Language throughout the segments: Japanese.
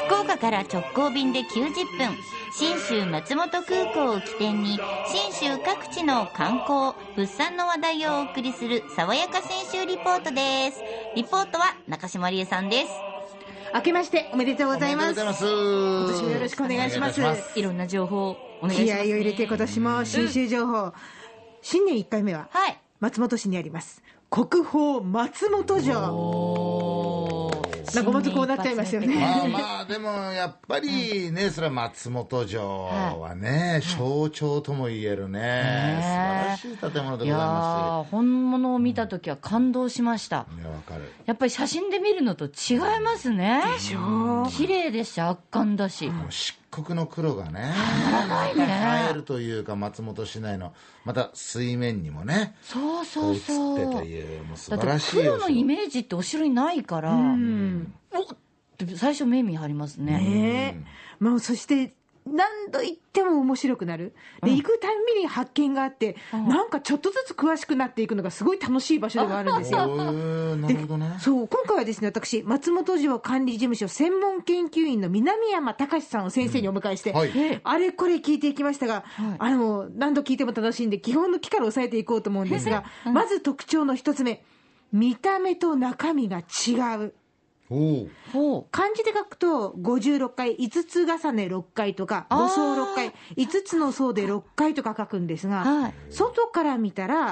福岡から直行便で90分、信州松本空港を起点に信州各地の観光物産の話題をお送りする爽やか信州リポートです。リポートは中島理恵さんです。 明けましておめでとうございます。今年もよろしくお願いします。 いろんな情報お願いします、ね、 気合を入れて今年も信州情報、新年1回目は松本市にあります国宝松本城。なんかまずこうなっちゃいましたよね。 まあでもやっぱりね、それは松本城はね、象徴とも言えるね、素晴らしい建物でございますし、 本物を見たときは感動しました。 いや、わかる。 やっぱり写真で見るのと違いますね。 でしょう。 綺麗でし、圧巻だし、 漆黒の黒がね映えるというか、松本市内のまた水面にもね、 そうそうそう、 映ってという、もう素晴らしいよ。 だって黒のイメージってお城にないから、おって最初目見張りますね。 もうそして何度行っても面白くなる。で、行くたびに発見があって、なんかちょっとずつ詳しくなっていくのがすごい楽しい場所ではあるんですよ。 なるほどね。 そう、今回はですね、私松本城管理事務所専門研究員の南山隆さんを先生にお迎えして、あれこれ聞いていきましたが、何度聞いても楽しいんで基本の木から押さえていこうと思うんですが、まず特徴の一つ目、見た目と中身が違う。漢字で書くと56回5つ重ね6回とか5層6回5つの層で6回とか書くんですが、外から見たら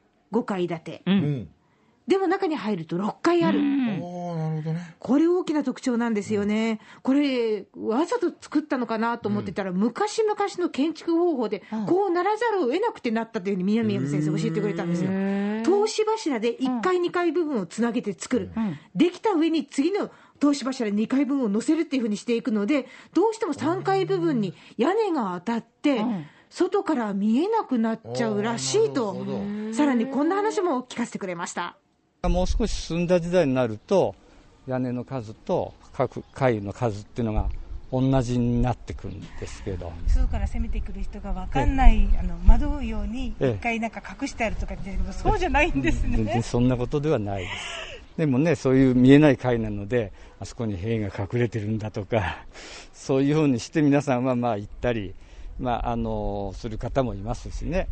5階建て、でも中に入ると6階ある。 なるほどね。 これ大きな特徴なんですよね。これわざと作ったのかなと思ってたら、昔々の建築方法でこうならざるを得なくてなったというふうに南山先生教えてくれたんですよ。通し柱で1階2階部分をつなげて作る、できた上に次の通し柱2階分を乗せるっていうふうにしていくので、どうしても3階部分に屋根が当たって外から見えなくなっちゃうらしいと、さらにこんな話も聞かせてくれました。 もう少し進んだ時代になると、屋根の数と各階の数っていうのが同じになってくるんですけど、 外から攻めてくる人が分かんない、惑うように一回なんか隠してあるとかって、そうじゃないんですね。 全然そんなことではないです。でもね、そういう見えない階なので、あそこに兵が隠れてるんだとか、そういうふうにして皆さんは行ったり、する方もいますしね。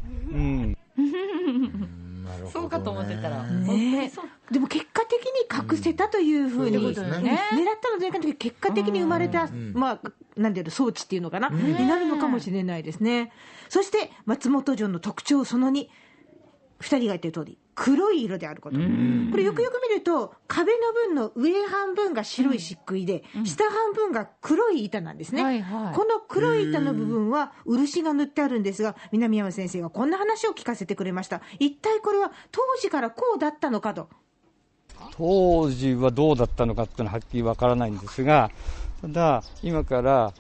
そうかと思ってたら、 でも結果的に隠せたというふうに、狙ったのじゃなくて結果的に生まれた、なんていうの、装置っていうのかな、になるのかもしれないですね。そして松本城の特徴その2、2人が言ってる通り黒い色であること。これよくよく見ると壁の分の上半分が白い漆喰で、下半分が黒い板なんですね。この黒い板の部分は漆が塗ってあるんですが、南山先生がこんな話を聞かせてくれました。一体これは当時からこうだったのかと。 当時はどうだったのかっていうのははっきりわからないんですが、ただ今から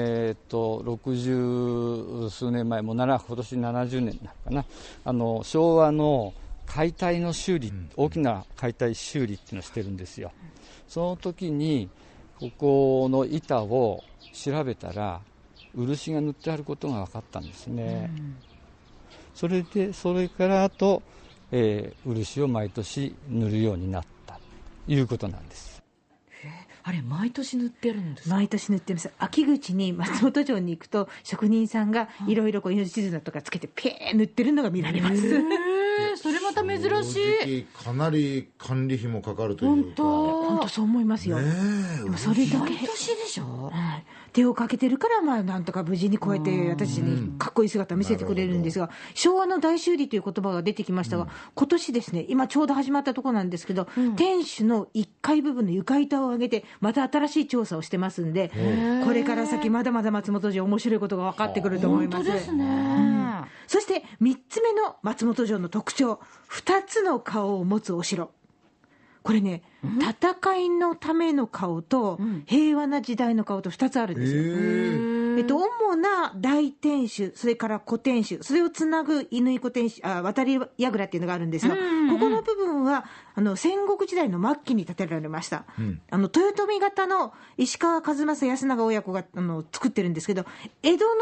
60数年前、もう今年70年なのかな、昭和の解体の修理、大きな解体修理っていうのをしてるんですよ。その時にここの板を調べたら漆が塗ってあることが分かったんですね。それからあと、漆を毎年塗るようになったということなんです。 あれ毎年塗ってるんですか？ 毎年塗ってます。秋口に松本城に行くと職人さんがいろいろ命綱とかつけてペー塗ってるのが見られます。 それまた珍しい。 かなり管理費もかかるというか。 本当そう思いますよ。でもそれだけ毎年でしょ、 手をかけてるから、なんとか無事にこうやって私にかっこいい姿を見せてくれるんですが、昭和の大修理という言葉が出てきましたが、今年ですね、今ちょうど始まったところなんですけど、天守の1階部分の床板を上げてまた新しい調査をしてますんで、これから先まだまだ松本城面白いことが分かってくると思います。 本当ですね。 そして3つ目の松本城の特徴、2つの顔を持つお城。これね、戦いのための顔と平和な時代の顔と2つあるんですよ。主な大天守、それから小天守、それをつなぐ乾小天守、渡り櫓っていうのがあるんですが、ここの部分は戦国時代の末期に建てられました。豊臣方の石川数正安永親子が作ってるんですけど、江戸の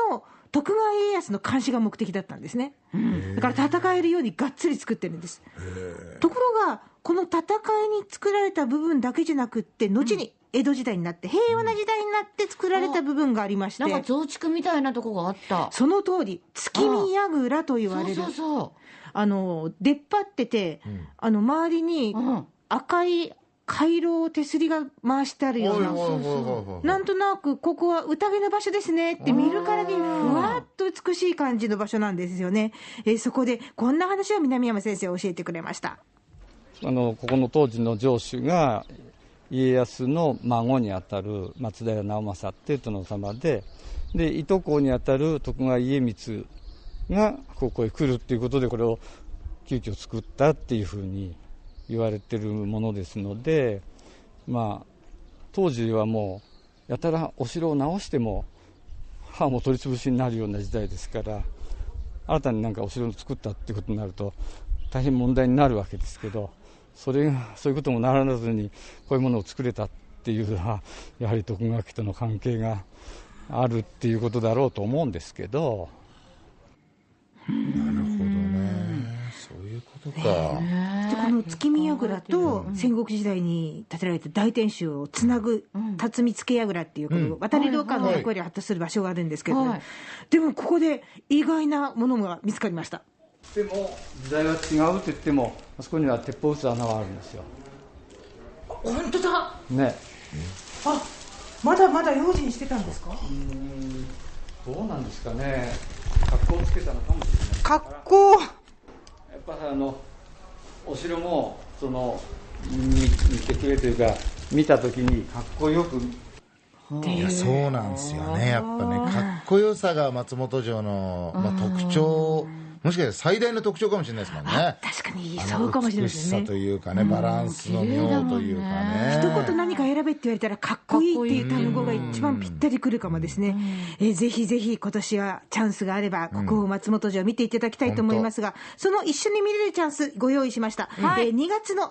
徳川家康の監視が目的だったんですね。だから戦えるようにがっつり作ってるんです。ところがこの戦いに作られた部分だけじゃなくって、後に江戸時代になって平和な時代になって作られた部分がありまして、 なんか増築みたいなとこがあった。 その通り、月見櫓と言われる、出っ張ってて、周りに赤い回廊を手すりが回してあるような、なんとなくここは宴の場所ですねって見るからにふわっと美しい感じの場所なんですよね。そこでこんな話を南山先生教えてくれました。 ここの当時の城主が家康の孫にあたる松平直政っていう殿様で、いとこにあたる徳川家光がここへ来るっていうことで、これを急遽作ったっていうふうに言われてるものですので、当時はもうやたらお城を直しても歯も取り潰しになるような時代ですから、新たになんかお城を作ったっていうことになると大変問題になるわけですけど、そういうこともならずにこういうものを作れたっていうのは、やはり徳川家との関係があるっていうことだろうと思うんですけど。 なるほどね、そういうことか。 でこの月見櫓と戦国時代に建てられた大天守をつなぐ辰巳付櫓っていうこの渡り廊下の役割を果たする場所があるんですけど、でもここで意外なものが見つかりました。 でも時代は違うと言っても、あそこには鉄砲撃つ穴があるんですよ。 本当だね。 まだまだ用心してたんですか？ どうなんですかね。格好をつけたのかもしれない。 格好、 やっぱりお城も見てくれというか、見たときにかっこよく。 いや、そうなんですよね。やっぱね、かっこよさが松本城の、特徴、もしかしたら最大の特徴かもしれないですもんね。 確かにそうかもしれないですね。 美しさというかね、バランスの妙というかね。 一言何か選べって言われたらかっこいいっていう単語が一番ぴったりくるかもですね。ぜひぜひ今年はチャンスがあれば国宝松本城を見ていただきたいと思いますが、その一緒に見れるチャンスご用意しました。2月の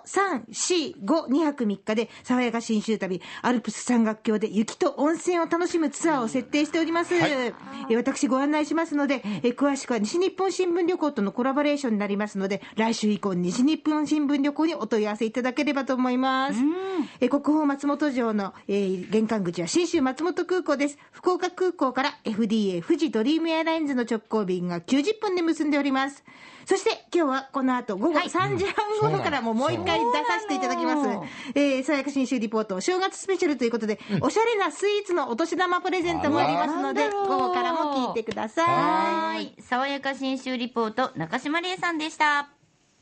3、4、5、2泊3日で爽やか信州旅、アルプス山岳橋で雪と温泉を楽しむツアーを設定しております。私ご案内しますので、詳しくは西日本新聞旅行とのコラボレーションになりますので、来週以降西日本新聞旅行にお問い合わせいただければと思います。国宝松本城の、玄関口は信州松本空港です。福岡空港から FDA 富士ドリームエアラインズの直行便が90分で結んでおります。そして今日はこの後午後3時半頃からもう一回出させていただきます。さやか新州リポート正月スペシャルということで、おしゃれなスイーツのお年玉プレゼントもありますので、午後からも聞いてください。 爽やか新州リポート、中島理恵さんでした。